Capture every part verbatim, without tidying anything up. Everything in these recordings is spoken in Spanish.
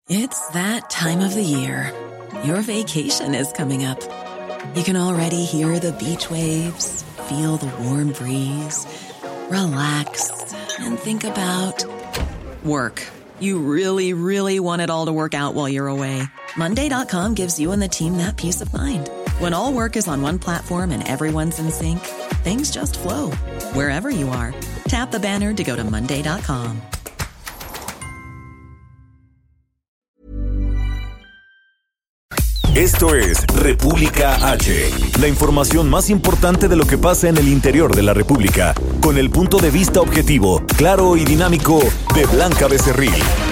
It's that time of the year. Your vacation is coming up. You can already hear the beach waves, feel the warm breeze, relax, and think about work. You really, really want it all to work out while you're away. Monday dot com gives you and the team that peace of mind. When all work is on one platform and everyone's in sync, things just flow. Wherever you are, tap the banner to go to Monday dot com. Esto es República H, la información más importante de lo que pasa en el interior de la República, con el punto de vista objetivo, claro y dinámico de Blanca Becerril.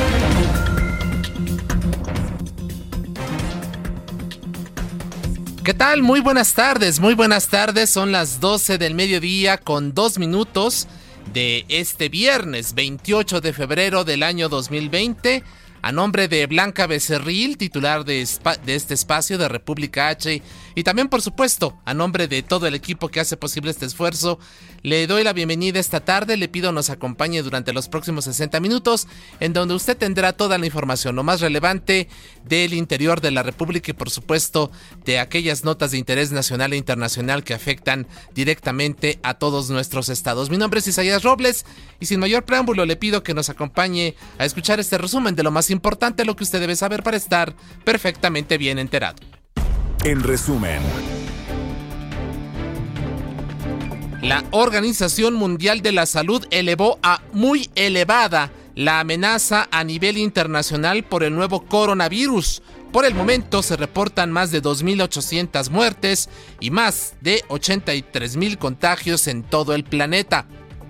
¿Qué tal? Muy buenas tardes, muy buenas tardes. Son las doce del mediodía con dos minutos de este viernes veintiocho de febrero del año dos mil veinte. A nombre de Blanca Becerril, titular de, spa- de este espacio de República H, y también, por supuesto, a nombre de todo el equipo que hace posible este esfuerzo, le doy la bienvenida esta tarde. Le pido nos acompañe durante los próximos sesenta minutos, en donde usted tendrá toda la información, lo más relevante del interior de la República y, por supuesto, de aquellas notas de interés nacional e internacional que afectan directamente a todos nuestros estados. Mi nombre es Isaías Robles, y sin mayor preámbulo le pido que nos acompañe a escuchar este resumen de lo más importante, lo que usted debe saber para estar perfectamente bien enterado. En resumen, la Organización Mundial de la Salud elevó a muy elevada la amenaza a nivel internacional por el nuevo coronavirus. Por el momento se reportan más de dos mil ochocientas muertes y más de ochenta y tres mil contagios en todo el planeta.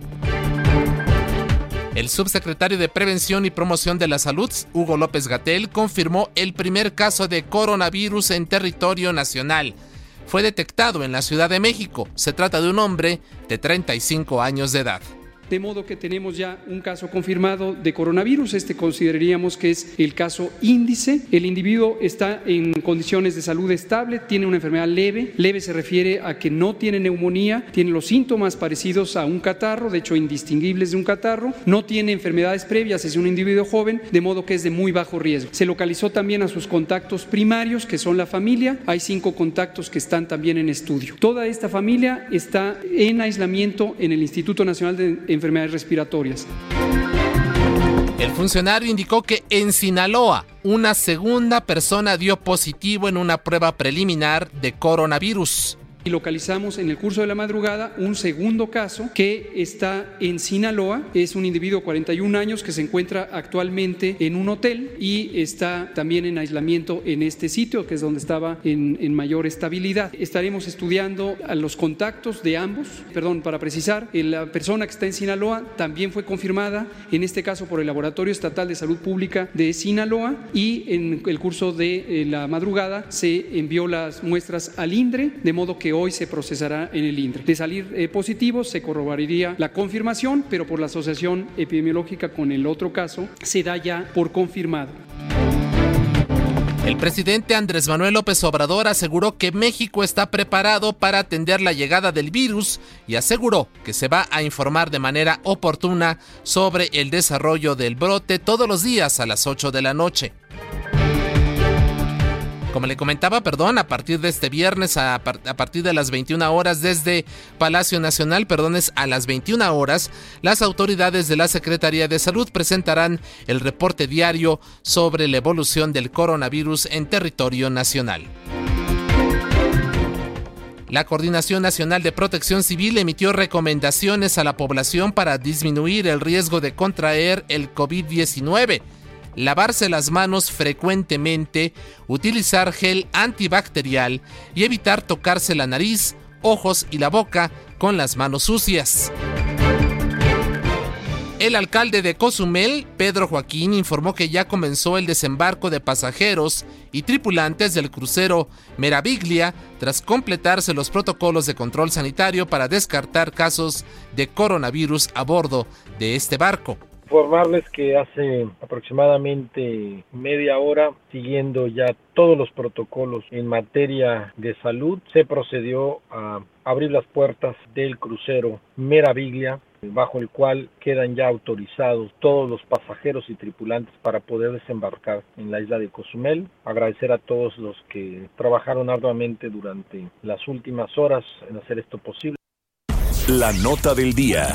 El subsecretario de Prevención y Promoción de la Salud, Hugo López-Gatell, confirmó el primer caso de coronavirus en territorio nacional. Fue detectado en la Ciudad de México. Se trata de un hombre de treinta y cinco años de edad. De modo que tenemos ya un caso confirmado de coronavirus. Este consideraríamos que es el caso índice. El individuo está en condiciones de salud estable, tiene una enfermedad leve. Leve se refiere a que no tiene neumonía, tiene los síntomas parecidos a un catarro, de hecho indistinguibles de un catarro. No tiene enfermedades previas, es un individuo joven, de modo que es de muy bajo riesgo. Se localizó también a sus contactos primarios, que son la familia. Hay cinco contactos que están también en estudio. Toda esta familia está en aislamiento en el Instituto Nacional de Enfermedades Respiratorias. El funcionario indicó que en Sinaloa una segunda persona dio positivo en una prueba preliminar de coronavirus. Y localizamos en el curso de la madrugada un segundo caso que está en Sinaloa. Es un individuo de cuarenta y un años que se encuentra actualmente en un hotel y está también en aislamiento en este sitio, que es donde estaba en, en mayor estabilidad. Estaremos estudiando a los contactos de ambos. Perdón, para precisar, la persona que está en Sinaloa también fue confirmada, en este caso por el Laboratorio Estatal de Salud Pública de Sinaloa, y en el curso de eh, la madrugada se envió las muestras al INDRE, de modo que hoy se procesará en el INDRE. De salir eh, positivo, se corroboraría la confirmación, pero por la asociación epidemiológica con el otro caso, se da ya por confirmado. El presidente Andrés Manuel López Obrador aseguró que México está preparado para atender la llegada del virus y aseguró que se va a informar de manera oportuna sobre el desarrollo del brote todos los días a las ocho de la noche. Como le comentaba, perdón, a partir de este viernes, a, par- a partir de las veintiuna horas desde Palacio Nacional, perdón, es a las veintiuna horas, las autoridades de la Secretaría de Salud presentarán el reporte diario sobre la evolución del coronavirus en territorio nacional. La Coordinación Nacional de Protección Civil emitió recomendaciones a la población para disminuir el riesgo de contraer el covid diecinueve. Lavarse las manos frecuentemente, utilizar gel antibacterial y evitar tocarse la nariz, ojos y la boca con las manos sucias. El alcalde de Cozumel, Pedro Joaquín, informó que ya comenzó el desembarco de pasajeros y tripulantes del crucero Meraviglia tras completarse los protocolos de control sanitario para descartar casos de coronavirus a bordo de este barco. Informarles que hace aproximadamente media hora, siguiendo ya todos los protocolos en materia de salud, se procedió a abrir las puertas del crucero Meraviglia bajo el cual quedan ya autorizados todos los pasajeros y tripulantes para poder desembarcar en la isla de Cozumel. Agradecer a todos los que trabajaron arduamente durante las últimas horas en hacer esto posible. La nota del día.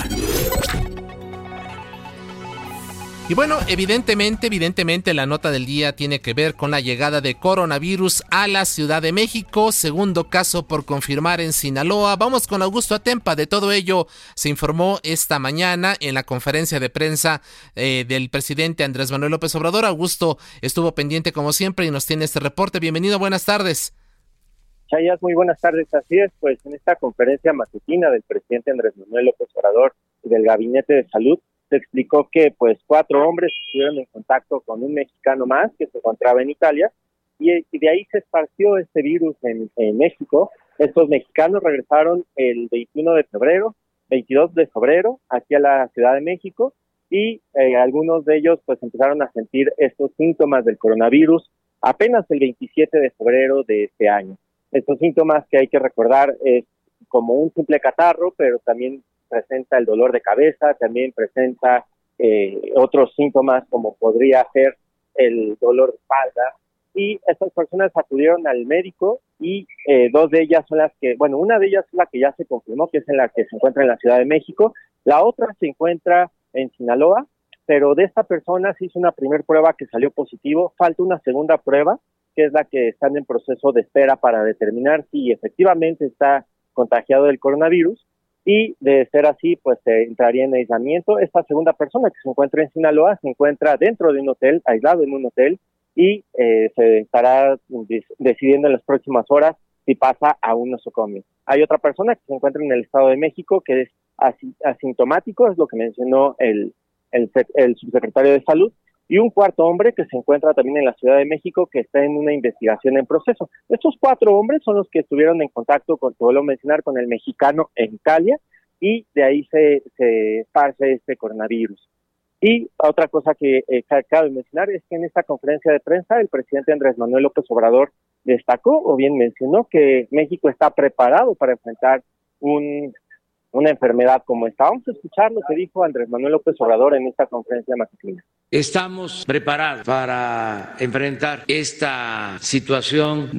Y bueno, evidentemente, evidentemente la nota del día tiene que ver con la llegada de coronavirus a la Ciudad de México, segundo caso por confirmar en Sinaloa. Vamos con Augusto Atempa. De todo ello se informó esta mañana en la conferencia de prensa eh, del presidente Andrés Manuel López Obrador. Augusto estuvo pendiente como siempre y nos tiene este reporte. Bienvenido, buenas tardes. Chayas, muy buenas tardes. Así es, pues en esta conferencia matutina del presidente Andrés Manuel López Obrador y del Gabinete de Salud, se explicó que pues cuatro hombres estuvieron en contacto con un mexicano más que se encontraba en Italia y, y de ahí se esparció este virus en, en México. Estos mexicanos regresaron el veintiuno de febrero, veintidós de febrero aquí a la Ciudad de México y eh, algunos de ellos pues empezaron a sentir estos síntomas del coronavirus apenas el veintisiete de febrero de este año. Estos síntomas que hay que recordar es como un simple catarro, pero también presenta el dolor de cabeza, también presenta eh, otros síntomas como podría ser el dolor de espalda. Y estas personas acudieron al médico y eh, dos de ellas son las que, bueno, una de ellas es la que ya se confirmó, que es en la que se encuentra en la Ciudad de México, la otra se encuentra en Sinaloa, pero de esta persona se hizo una primera prueba que salió positivo, falta una segunda prueba, que es la que están en proceso de espera para determinar si efectivamente está contagiado del coronavirus. Y de ser así, pues se entraría en aislamiento. Esta segunda persona que se encuentra en Sinaloa se encuentra dentro de un hotel, aislado en un hotel, y eh, se estará decidiendo en las próximas horas si pasa a un nosocomio. Hay otra persona que se encuentra en el Estado de México que es asintomático, es lo que mencionó el, el, el subsecretario de Salud, y un cuarto hombre que se encuentra también en la Ciudad de México que está en una investigación en proceso. Estos cuatro hombres son los que estuvieron en contacto, con, te vuelvo a mencionar, con el mexicano en Italia y de ahí se, se esparce este coronavirus. Y otra cosa que eh, cabe mencionar es que en esta conferencia de prensa el presidente Andrés Manuel López Obrador destacó o bien mencionó que México está preparado para enfrentar un... una enfermedad como esta. Vamos a escuchar lo que dijo Andrés Manuel López Obrador en esta conferencia matutina. Estamos preparados para enfrentar esta situación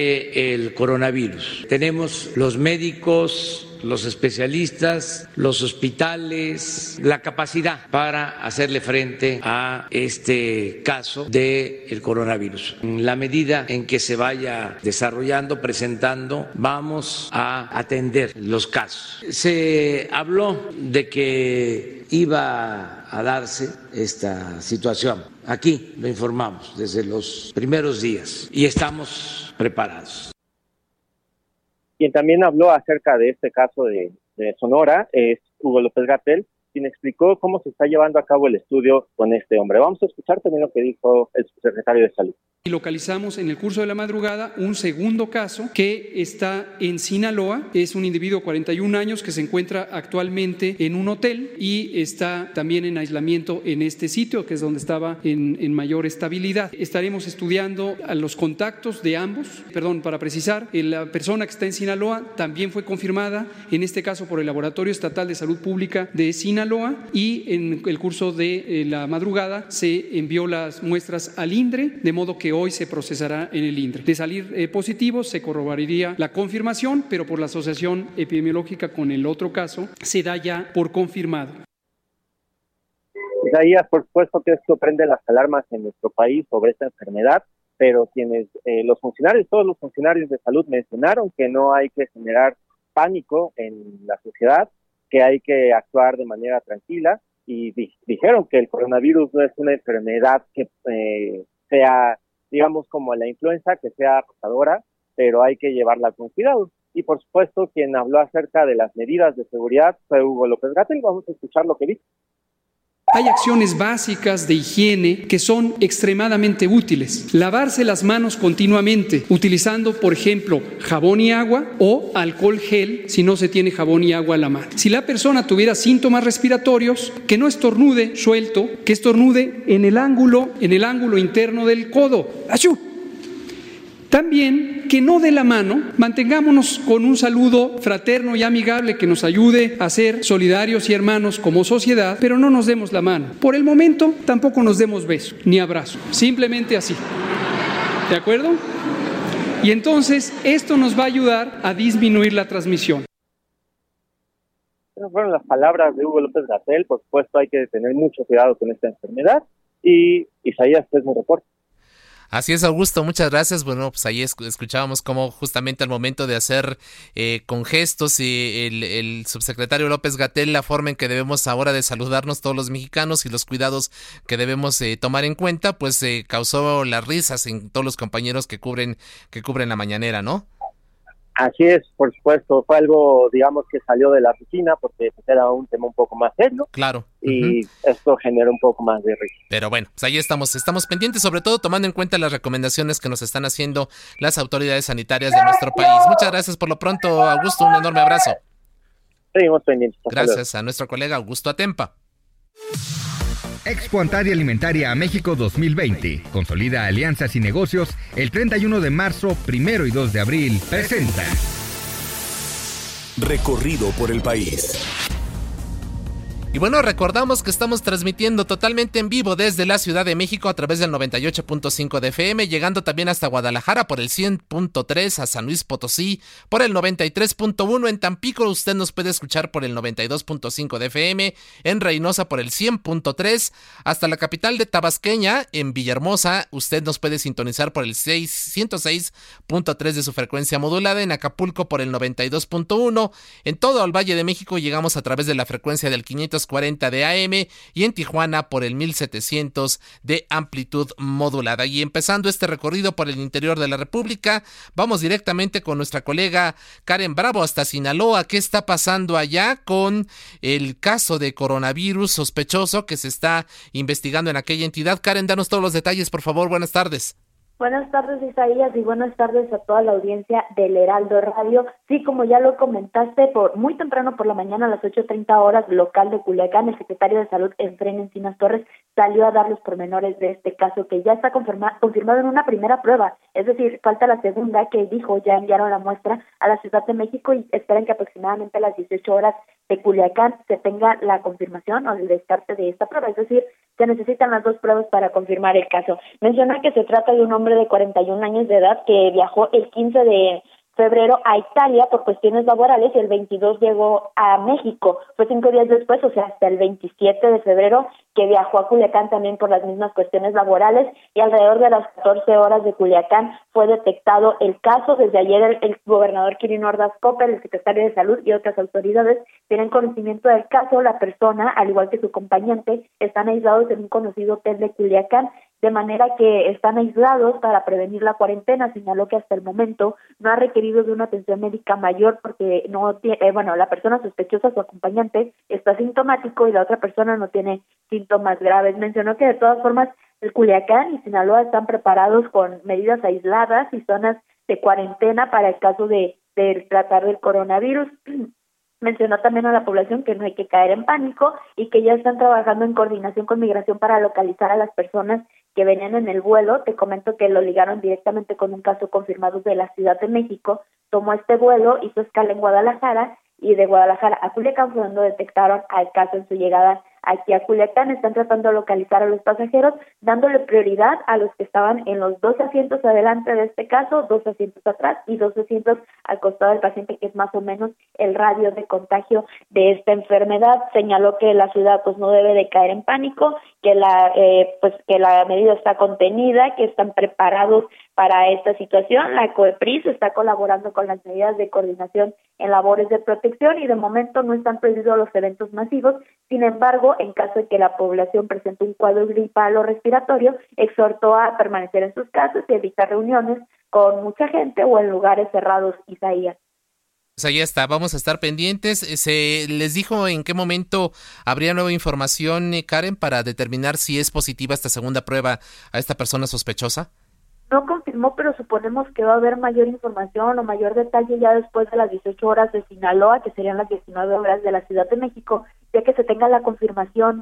del coronavirus. Tenemos los médicos, los especialistas, los hospitales, la capacidad para hacerle frente a este caso del coronavirus. En la medida en que se vaya desarrollando, presentando, vamos a atender los casos. Se habló de que iba a darse esta situación. Aquí lo informamos desde los primeros días y estamos preparados. Quien también habló acerca de este caso de, de Sonora es Hugo López-Gatell, quien explicó cómo se está llevando a cabo el estudio con este hombre. Vamos a escuchar también lo que dijo el subsecretario de Salud. Y localizamos en el curso de la madrugada un segundo caso que está en Sinaloa. Es un individuo de cuarenta y un años que se encuentra actualmente en un hotel y está también en aislamiento en este sitio, que es donde estaba en, en mayor estabilidad. Estaremos estudiando a los contactos de ambos. Perdón, para precisar, la persona que está en Sinaloa también fue confirmada, en este caso por el Laboratorio Estatal de Salud Pública de Sinaloa, y en el curso de la madrugada se envió las muestras al INDRE, de modo que hoy se procesará en el INDRE. De salir eh, positivo, se corroboraría la confirmación, pero por la asociación epidemiológica con el otro caso, se da ya por confirmado. Isaías, por supuesto que esto prende las alarmas en nuestro país sobre esta enfermedad, pero quienes, eh, los funcionarios, todos los funcionarios de salud mencionaron que no hay que generar pánico en la sociedad, que hay que actuar de manera tranquila, y di- dijeron que el coronavirus no es una enfermedad que eh, sea, digamos, como la influenza, que sea arrasadora, pero hay que llevarla con cuidado. Y por supuesto, quien habló acerca de las medidas de seguridad fue Hugo López-Gatell. Vamos a escuchar lo que dijo. Hay acciones básicas de higiene que son extremadamente útiles. Lavarse las manos continuamente, utilizando, por ejemplo, jabón y agua o alcohol gel si no se tiene jabón y agua a la mano. Si la persona tuviera síntomas respiratorios, que no estornude suelto, que estornude en el ángulo, en el ángulo interno del codo. ¡Achú! También que no de la mano, mantengámonos con un saludo fraterno y amigable que nos ayude a ser solidarios y hermanos como sociedad, pero no nos demos la mano. Por el momento tampoco nos demos beso ni abrazo, simplemente así. ¿De acuerdo? Y entonces esto nos va a ayudar a disminuir la transmisión. Esas fueron las palabras de Hugo López-Gatell. Por supuesto, hay que tener mucho cuidado con esta enfermedad. Y Isaías, este es mi reporte. Así es, Augusto, muchas gracias. Bueno, pues ahí escuchábamos cómo justamente al momento de hacer eh, con gestos y el, el subsecretario López-Gatell la forma en que debemos ahora de saludarnos todos los mexicanos y los cuidados que debemos eh, tomar en cuenta, pues eh, causó las risas en todos los compañeros que cubren que cubren la mañanera, ¿no? Así es, por supuesto, fue algo, digamos, que salió de la rutina porque era un tema un poco más serio. Claro. Y uh-huh. esto generó un poco más de risa. Pero bueno, pues ahí estamos, estamos pendientes, sobre todo tomando en cuenta las recomendaciones que nos están haciendo las autoridades sanitarias de nuestro país. Muchas gracias por lo pronto, Augusto, un enorme abrazo. Seguimos pendientes. Gracias a nuestro colega Augusto Atempa. Expo Antaria Alimentaria a México dos mil veinte. Consolida alianzas y negocios. El treinta y uno de marzo, primero y dos de abril. Presenta. Recorrido por el país. Y bueno, recordamos que estamos transmitiendo totalmente en vivo desde la Ciudad de México a través del noventa y ocho punto cinco de F M, llegando también hasta Guadalajara por el cien punto tres, a San Luis Potosí por el noventa y tres punto uno, en Tampico usted nos puede escuchar por el noventa y dos punto cinco de F M, en Reynosa por el cien punto tres, hasta la capital de Tabasqueña, en Villahermosa, usted nos puede sintonizar por el ciento seis punto tres de su frecuencia modulada, en Acapulco por el noventa y dos punto uno, en todo el Valle de México llegamos a través de la frecuencia del quinientos cuarenta de A M y en Tijuana por el mil setecientos de amplitud modulada. Y empezando este recorrido por el interior de la República, vamos directamente con nuestra colega Karen Bravo hasta Sinaloa. ¿Qué está pasando allá con el caso de coronavirus sospechoso que se está investigando en aquella entidad? Karen, danos todos los detalles, por favor. Buenas tardes. Buenas tardes, Isaías, y buenas tardes a toda la audiencia del Heraldo Radio. Sí, como ya lo comentaste, por muy temprano por la mañana a las ocho treinta horas local de Culiacán, el secretario de Salud, Efraín Encinas Torres, salió a dar los pormenores de este caso que ya está confirma, confirmado en una primera prueba. Es decir, falta la segunda, que dijo ya enviaron la muestra a la Ciudad de México y esperan que aproximadamente a las dieciocho horas de Culiacán se tenga la confirmación o el descarte de esta prueba. Es decir, se necesitan las dos pruebas para confirmar el caso. Menciona que se trata de un hombre de cuarenta y un años de edad que viajó el quince de febrero a Italia por cuestiones laborales y el veintidós llegó a México. Fue cinco días después, o sea, hasta el veintisiete de febrero, que viajó a Culiacán también por las mismas cuestiones laborales, y alrededor de las catorce horas de Culiacán fue detectado el caso. Desde ayer el, el gobernador Quirino Ordaz Coppel, el secretario de Salud y otras autoridades tienen conocimiento del caso. La persona, al igual que su acompañante, están aislados en un conocido hotel de Culiacán, de manera que están aislados para prevenir la cuarentena. Señaló que hasta el momento no ha requerido de una atención médica mayor porque no tiene, eh, bueno, la persona sospechosa, su acompañante, está sintomático y la otra persona no tiene síntomas graves. Mencionó que de todas formas el Culiacán y Sinaloa están preparados con medidas aisladas y zonas de cuarentena para el caso de, de tratar del coronavirus. Mencionó también a la población que no hay que caer en pánico y que ya están trabajando en coordinación con Migración para localizar a las personas que venían en el vuelo. Te comento que lo ligaron directamente con un caso confirmado de la Ciudad de México. Tomó este vuelo, hizo escala en Guadalajara y de Guadalajara a Culiacán fue donde detectaron al caso en su llegada aquí a Culiacán. Están tratando de localizar a los pasajeros, dándole prioridad a los que estaban en los dos asientos adelante de este caso, dos asientos atrás y dos asientos al costado del paciente, que es más o menos el radio de contagio de esta enfermedad. Señaló que la ciudad pues no debe de caer en pánico, que la eh, pues que la medida está contenida, que están preparados para esta situación. La COEPRIS está colaborando con las medidas de coordinación en labores de protección y de momento no están prohibidos los eventos masivos. Sin embargo, en caso de que la población presente un cuadro gripal o respiratorio, exhortó a permanecer en sus casas y evitar reuniones con mucha gente o en lugares cerrados. Isaías. Pues ahí está, vamos a estar pendientes. ¿Se les dijo en qué momento habría nueva información, Karen, para determinar si es positiva esta segunda prueba a esta persona sospechosa? No confirmó, pero suponemos que va a haber mayor información o mayor detalle ya después de las dieciocho horas de Sinaloa, que serían las diecinueve horas de la Ciudad de México, ya que se tenga la confirmación de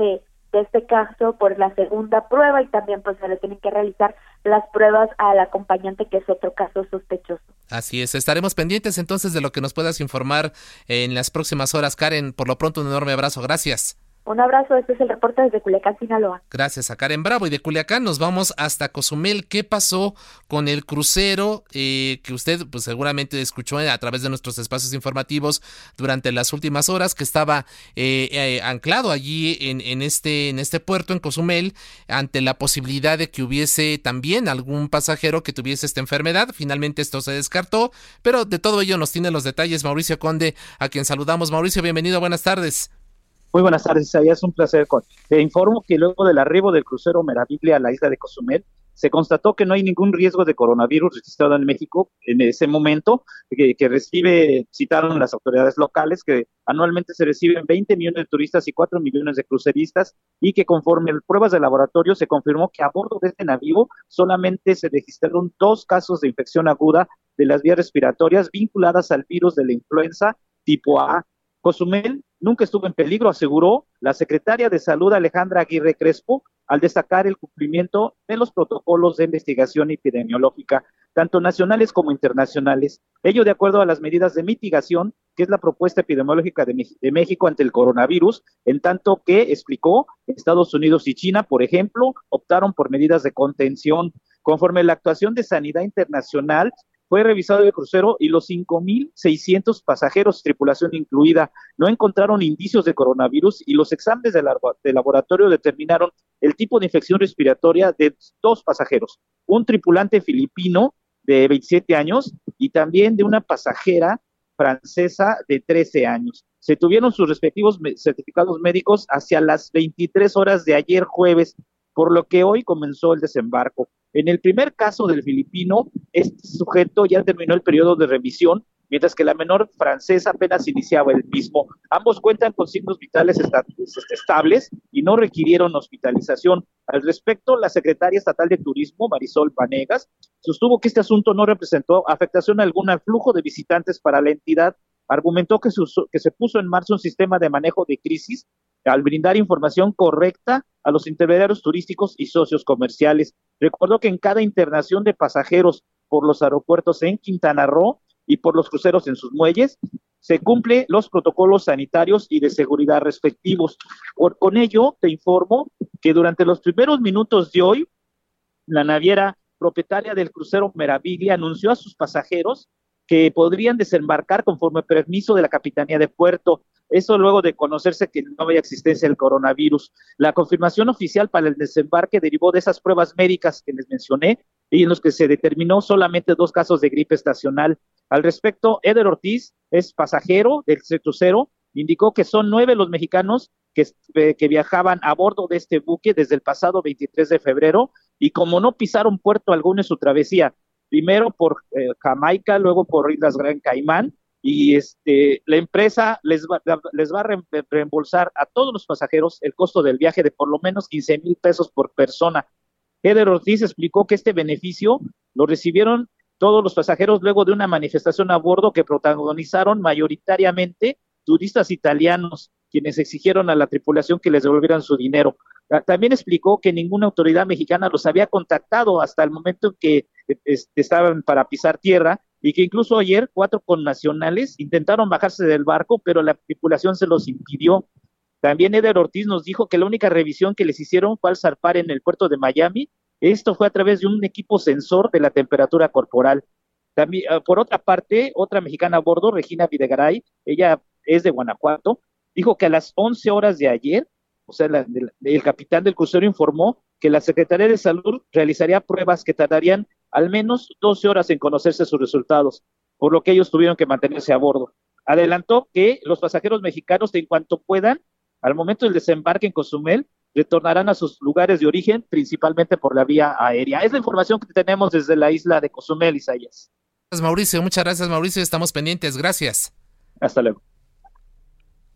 de este caso por la segunda prueba y también pues se le tienen que realizar las pruebas al acompañante, que es otro caso sospechoso. Así es, estaremos pendientes entonces de lo que nos puedas informar en las próximas horas. Karen, por lo pronto un enorme abrazo, gracias. Un abrazo, este es el reporte desde Culiacán, Sinaloa. Gracias a Karen Bravo. Y de Culiacán nos vamos hasta Cozumel. ¿Qué pasó con el crucero eh, que usted pues seguramente escuchó a través de nuestros espacios informativos durante las últimas horas, que estaba eh, eh, anclado allí en, en, este, en este puerto, en Cozumel, ante la posibilidad de que hubiese también algún pasajero que tuviese esta enfermedad? Finalmente esto se descartó, pero de todo ello nos tiene los detalles Mauricio Conde, a quien saludamos. Mauricio, bienvenido, buenas tardes. Muy buenas tardes, Isaías, un placer. Te informo que luego del arribo del crucero Meraviglia a la isla de Cozumel, se constató que no hay ningún riesgo de coronavirus registrado en México en ese momento, que, que recibe, citaron las autoridades locales, que anualmente se reciben veinte millones de turistas y cuatro millones de cruceristas, y que conforme a pruebas de laboratorio se confirmó que a bordo de este navío solamente se registraron dos casos de infección aguda de las vías respiratorias vinculadas al virus de la influenza tipo A. Cozumel nunca estuvo en peligro, aseguró la secretaria de Salud Alejandra Aguirre Crespo, al destacar el cumplimiento de los protocolos de investigación epidemiológica, tanto nacionales como internacionales. Ello de acuerdo a las medidas de mitigación, que es la propuesta epidemiológica de, de México ante el coronavirus, en tanto que, explicó, Estados Unidos y China, por ejemplo, optaron por medidas de contención. Conforme a la actuación de Sanidad Internacional, fue revisado el crucero y los cinco mil seiscientos pasajeros, tripulación incluida, no encontraron indicios de coronavirus, y los exámenes de, la, de laboratorio determinaron el tipo de infección respiratoria de dos pasajeros, un tripulante filipino de veintisiete años y también de una pasajera francesa de trece años. Se tuvieron sus respectivos certificados médicos hacia las veintitrés horas de ayer jueves, por lo que hoy comenzó el desembarco. En el primer caso del filipino, este sujeto ya terminó el periodo de revisión, mientras que la menor francesa apenas iniciaba el mismo. Ambos cuentan con signos vitales estables y no requirieron hospitalización. Al respecto, la secretaria estatal de Turismo, Marisol Vanegas, sostuvo que este asunto no representó afectación alguna al flujo de visitantes para la entidad. Argumentó que, su, que se puso en marcha un sistema de manejo de crisis al brindar información correcta a los intermediarios turísticos y socios comerciales. Recordó que en cada internación de pasajeros por los aeropuertos en Quintana Roo y por los cruceros en sus muelles, se cumplen los protocolos sanitarios y de seguridad respectivos. Por, con ello, te informo que durante los primeros minutos de hoy, la naviera propietaria del crucero Meraviglia anunció a sus pasajeros que podrían desembarcar conforme permiso de la Capitanía de Puerto. Eso luego de conocerse que no había existencia del coronavirus. La confirmación oficial para el desembarque derivó de esas pruebas médicas que les mencioné y en los que se determinó solamente dos casos de gripe estacional. Al respecto, Eder Ortiz es pasajero del crucero, indicó que son nueve los mexicanos que, eh, que viajaban a bordo de este buque desde el pasado veintitrés de febrero, y como no pisaron puerto alguno en su travesía, primero por eh, Jamaica, luego por Islas Gran Caimán, y este la empresa les va, les va a re, reembolsar a todos los pasajeros el costo del viaje de por lo menos quince mil pesos por persona. Eder Ortiz explicó que este beneficio lo recibieron todos los pasajeros luego de una manifestación a bordo que protagonizaron mayoritariamente turistas italianos, quienes exigieron a la tripulación que les devolvieran su dinero. También explicó que ninguna autoridad mexicana los había contactado hasta el momento en que este, estaban para pisar tierra, y que incluso ayer cuatro connacionales intentaron bajarse del barco, pero la tripulación se los impidió. También Eder Ortiz nos dijo que la única revisión que les hicieron fue al zarpar en el puerto de Miami. Esto fue a través de un equipo sensor de la temperatura corporal. También, por otra parte, otra mexicana a bordo, Regina Videgaray, ella es de Guanajuato, dijo que a las once horas de ayer, o sea, la, el, el capitán del crucero informó que la Secretaría de Salud realizaría pruebas que tardarían al menos doce horas en conocerse sus resultados, por lo que ellos tuvieron que mantenerse a bordo. Adelantó que los pasajeros mexicanos, en cuanto puedan, al momento del desembarque en Cozumel, retornarán a sus lugares de origen, principalmente por la vía aérea. Es la información que tenemos desde la isla de Cozumel, Isaías. Gracias, Mauricio. Muchas gracias, Mauricio. Estamos pendientes. Gracias. Hasta luego.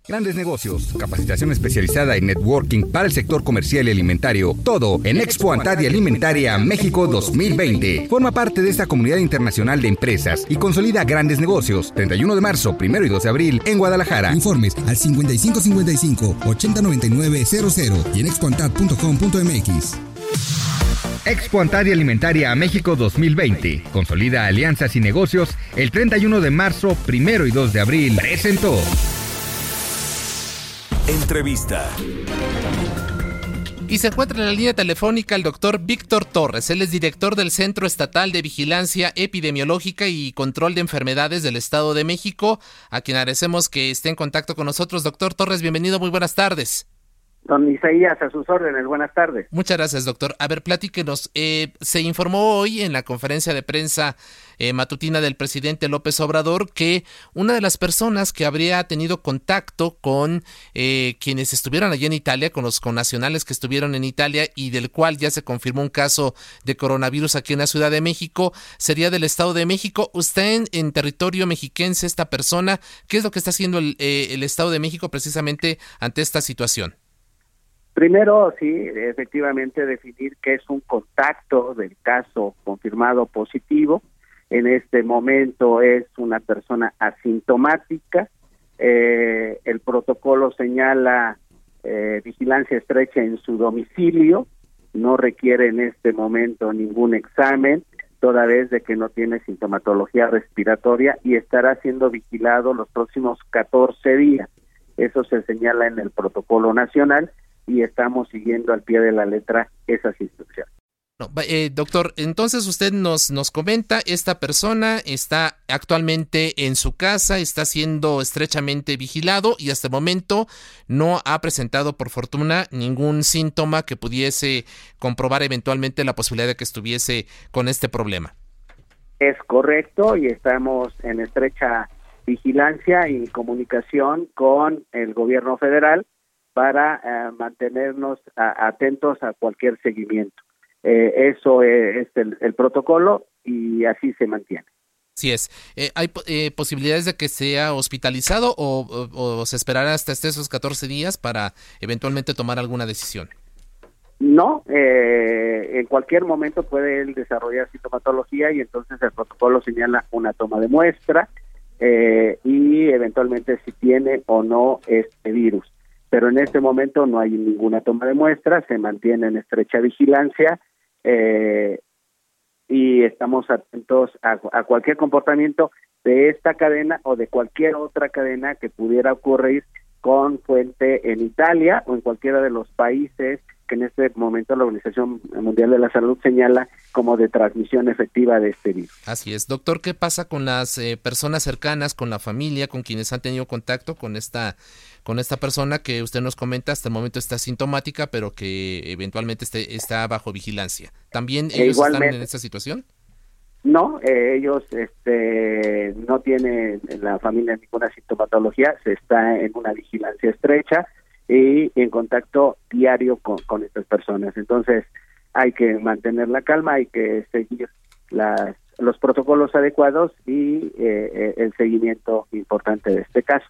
Grandes negocios, capacitación especializada en networking para el sector comercial y alimentario, todo en Expo Antad y Alimentaria México dos mil veinte. Forma parte de esta comunidad internacional de empresas y consolida grandes negocios. treinta y uno de marzo, primero y dos de abril en Guadalajara. Informes al cincuenta y cinco cincuenta y cinco, ochenta noventa y nueve cero cero y en expoantad punto com punto m x. Expo Antad y Alimentaria México dos mil veinte. Consolida alianzas y negocios el treinta y uno de marzo, primero y dos de abril. Presentó. Entrevista. Y se encuentra en la línea telefónica el doctor Víctor Torres. Él es director del Centro Estatal de Vigilancia Epidemiológica y Control de Enfermedades del Estado de México, a quien agradecemos que esté en contacto con nosotros. Doctor Torres, bienvenido, muy buenas tardes. Don Isaías, a sus órdenes, buenas tardes. Muchas gracias, doctor. A ver, platíquenos. Eh, se informó hoy en la conferencia de prensa eh, matutina del presidente López Obrador que una de las personas que habría tenido contacto con eh, quienes estuvieron allí en Italia, con los connacionales que estuvieron en Italia y del cual ya se confirmó un caso de coronavirus aquí en la Ciudad de México, sería del Estado de México. Usted en, en territorio mexiquense, esta persona, ¿qué es lo que está haciendo el, eh, el Estado de México precisamente ante esta situación? Primero, sí, efectivamente definir qué es un contacto del caso confirmado positivo. En este momento es una persona asintomática. Eh, el protocolo señala eh, vigilancia estrecha en su domicilio. No requiere en este momento ningún examen, toda vez de que no tiene sintomatología respiratoria y estará siendo vigilado los próximos catorce días. Eso se señala en el protocolo nacional y estamos siguiendo al pie de la letra esas instrucciones. No, eh, doctor, entonces usted nos, nos comenta, esta persona está actualmente en su casa, está siendo estrechamente vigilado y hasta el momento no ha presentado, por fortuna, ningún síntoma que pudiese comprobar eventualmente la posibilidad de que estuviese con este problema. Es correcto y estamos en estrecha vigilancia y comunicación con el gobierno federal para eh, mantenernos a, atentos a cualquier seguimiento. Eh, eso es el, el protocolo y así se mantiene. Así es. Eh, ¿Hay eh, posibilidades de que sea hospitalizado o, o, o se esperará hasta esos catorce días para eventualmente tomar alguna decisión? No, eh, en cualquier momento puede él desarrollar sintomatología y entonces el protocolo señala una toma de muestra eh, y eventualmente si tiene o no este virus. Pero en este momento no hay ninguna toma de muestras, se mantiene en estrecha vigilancia eh, y estamos atentos a, a cualquier comportamiento de esta cadena o de cualquier otra cadena que pudiera ocurrir con fuente en Italia o en cualquiera de los países que en este momento la Organización Mundial de la Salud señala como de transmisión efectiva de este virus. Así es. Doctor, ¿qué pasa con las eh, personas cercanas, con la familia, con quienes han tenido contacto con esta con esta persona que usted nos comenta hasta el momento está sintomática, pero que eventualmente esté, está bajo vigilancia? ¿También ellos están en esta situación? No, eh, ellos este, no tienen en la familia ninguna sintomatología, se está en una vigilancia estrecha y en contacto diario con, con estas personas. Entonces hay que mantener la calma, hay que seguir las, los protocolos adecuados y eh, el seguimiento importante de este caso.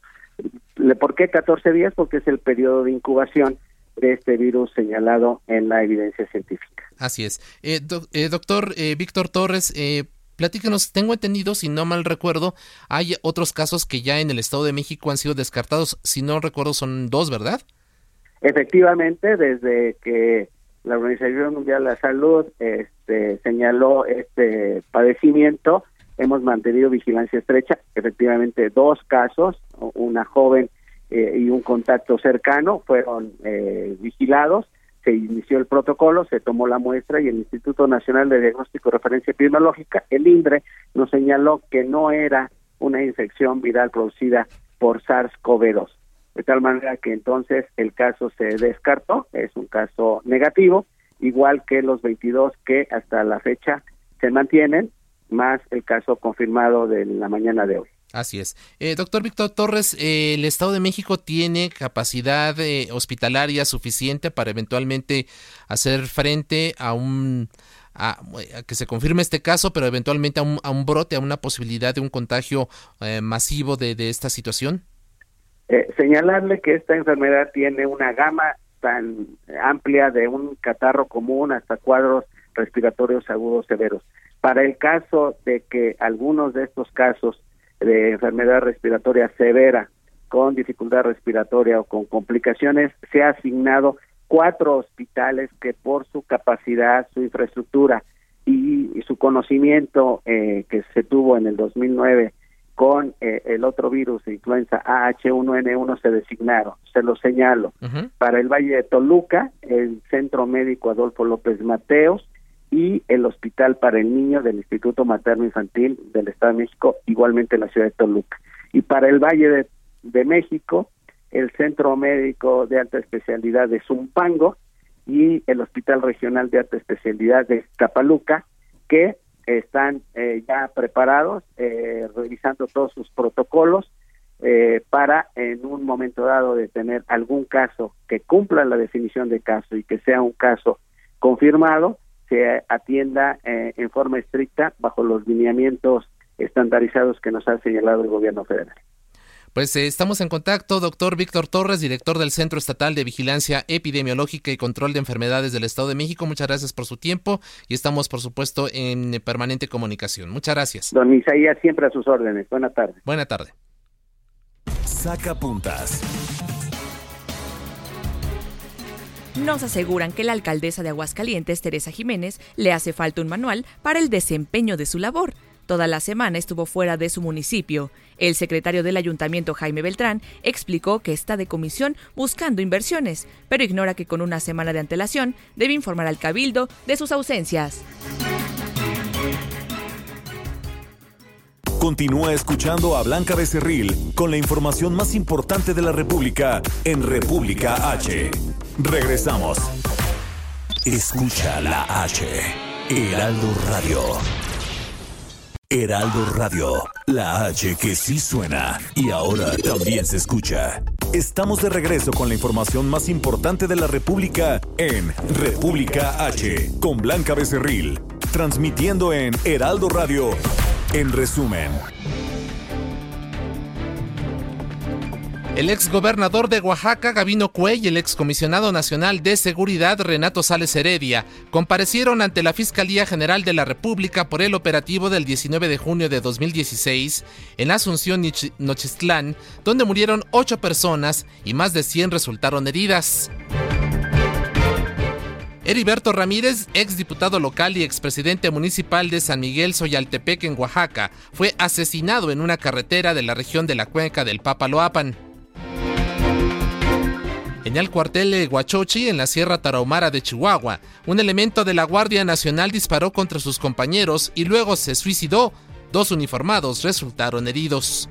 ¿Por qué catorce días? Porque es el periodo de incubación de este virus señalado en la evidencia científica. Así es. Eh, do, eh, doctor eh, Víctor Torres, eh, platícanos, tengo entendido, si no mal recuerdo, hay otros casos que ya en el Estado de México han sido descartados, si no recuerdo son dos, ¿verdad? Efectivamente, desde que la Organización Mundial de la Salud este, señaló este padecimiento, hemos mantenido vigilancia estrecha, efectivamente dos casos, una joven eh, y un contacto cercano fueron eh, vigilados, se inició el protocolo, se tomó la muestra y el Instituto Nacional de Diagnóstico y Referencia Epidemiológica, el INDRE, nos señaló que no era una infección viral producida por SARS-CoV dos. De tal manera que entonces el caso se descartó, es un caso negativo, igual que los veintidós que hasta la fecha se mantienen, más el caso confirmado de la mañana de hoy. Así es. Eh, doctor Víctor Torres, eh, ¿el Estado de México tiene capacidad eh, hospitalaria suficiente para eventualmente hacer frente a un a, a que se confirme este caso, pero eventualmente a un, a un brote, a una posibilidad de un contagio eh, masivo de, de esta situación? Eh, señalarle que esta enfermedad tiene una gama tan amplia de un catarro común hasta cuadros respiratorios agudos severos. Para el caso de que algunos de estos casos de enfermedad respiratoria severa con dificultad respiratoria o con complicaciones, se ha asignado cuatro hospitales que por su capacidad, su infraestructura y, y su conocimiento eh, que se tuvo en el dos mil nueve con eh, el otro virus, influenza A H uno N uno, se designaron. Se lo señalo. Uh-huh. Para el Valle de Toluca, el Centro Médico Adolfo López Mateos y el Hospital para el Niño del Instituto Materno Infantil del Estado de México, igualmente en la ciudad de Toluca. Y para el Valle de, de México, el Centro Médico de Alta Especialidad de Zumpango y el Hospital Regional de Alta Especialidad de Iztapaluca, que están eh, ya preparados, eh, revisando todos sus protocolos eh, para en un momento dado de tener algún caso que cumpla la definición de caso y que sea un caso confirmado, se atienda eh, en forma estricta bajo los lineamientos estandarizados que nos ha señalado el gobierno federal. Pues eh, estamos en contacto, doctor Víctor Torres, director del Centro Estatal de Vigilancia Epidemiológica y Control de Enfermedades del Estado de México. Muchas gracias por su tiempo y estamos, por supuesto, en permanente comunicación. Muchas gracias. Don Isaías, siempre a sus órdenes. Buena tarde. Buena tarde. Saca puntas. Nos aseguran que la alcaldesa de Aguascalientes, Teresa Jiménez, le hace falta un manual para el desempeño de su labor. Toda la semana estuvo fuera de su municipio. El secretario del ayuntamiento, Jaime Beltrán, explicó que está de comisión buscando inversiones, pero ignora que con una semana de antelación debe informar al cabildo de sus ausencias. Continúa escuchando a Blanca Becerril con la información más importante de la República en República H. Regresamos. Escucha la H. Heraldo Radio. Heraldo Radio, la H que sí suena y ahora también se escucha. Estamos de regreso con la información más importante de la República en República H, con Blanca Becerril, transmitiendo en Heraldo Radio, en resumen. El exgobernador de Oaxaca, Gabino Cue, y el excomisionado nacional de Seguridad, Renato Sales Heredia, comparecieron ante la Fiscalía General de la República por el operativo del diecinueve de junio de dos mil dieciséis en Asunción, Nochistlán, donde murieron ocho personas y más de cien resultaron heridas. Heriberto Ramírez, exdiputado local y expresidente municipal de San Miguel Zoyaltepec en Oaxaca, fue asesinado en una carretera de la región de la cuenca del Papaloapan. En el cuartel de Huachochi, en la Sierra Tarahumara de Chihuahua, un elemento de la Guardia Nacional disparó contra sus compañeros y luego se suicidó. Dos uniformados resultaron heridos.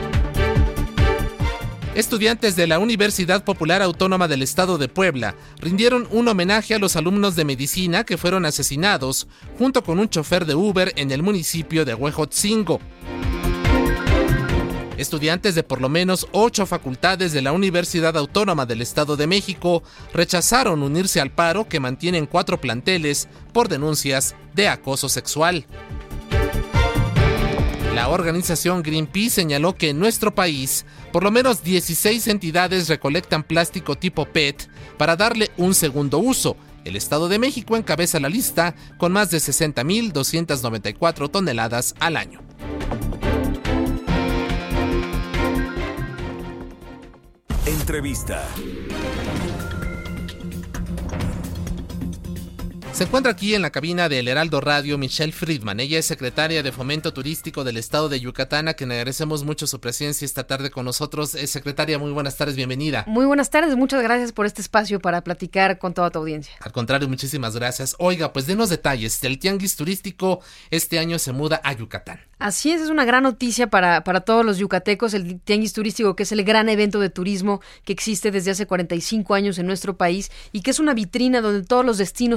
Estudiantes de la Universidad Popular Autónoma del Estado de Puebla rindieron un homenaje a los alumnos de medicina que fueron asesinados junto con un chofer de Uber en el municipio de Huejotzingo. Estudiantes de por lo menos ocho facultades de la Universidad Autónoma del Estado de México rechazaron unirse al paro que mantienen cuatro planteles por denuncias de acoso sexual. La organización Greenpeace señaló que en nuestro país, por lo menos dieciséis entidades recolectan plástico tipo P E T para darle un segundo uso. El Estado de México encabeza la lista con más de sesenta mil doscientas noventa y cuatro toneladas al año. Entrevista. Se encuentra aquí en la cabina del Heraldo Radio Michelle Friedman. Ella es secretaria de Fomento Turístico del Estado de Yucatán, a quien agradecemos mucho su presencia esta tarde con nosotros. Eh, secretaria, muy buenas tardes, bienvenida. Muy buenas tardes, muchas gracias por este espacio para platicar con toda tu audiencia. Al contrario, muchísimas gracias. Oiga, pues denos detalles. El tianguis turístico este año se muda a Yucatán. Así es, es una gran noticia para, para todos los yucatecos, el tianguis turístico, que es el gran evento de turismo que existe desde hace cuarenta y cinco años en nuestro país y que es una vitrina donde todos los destinos turísticos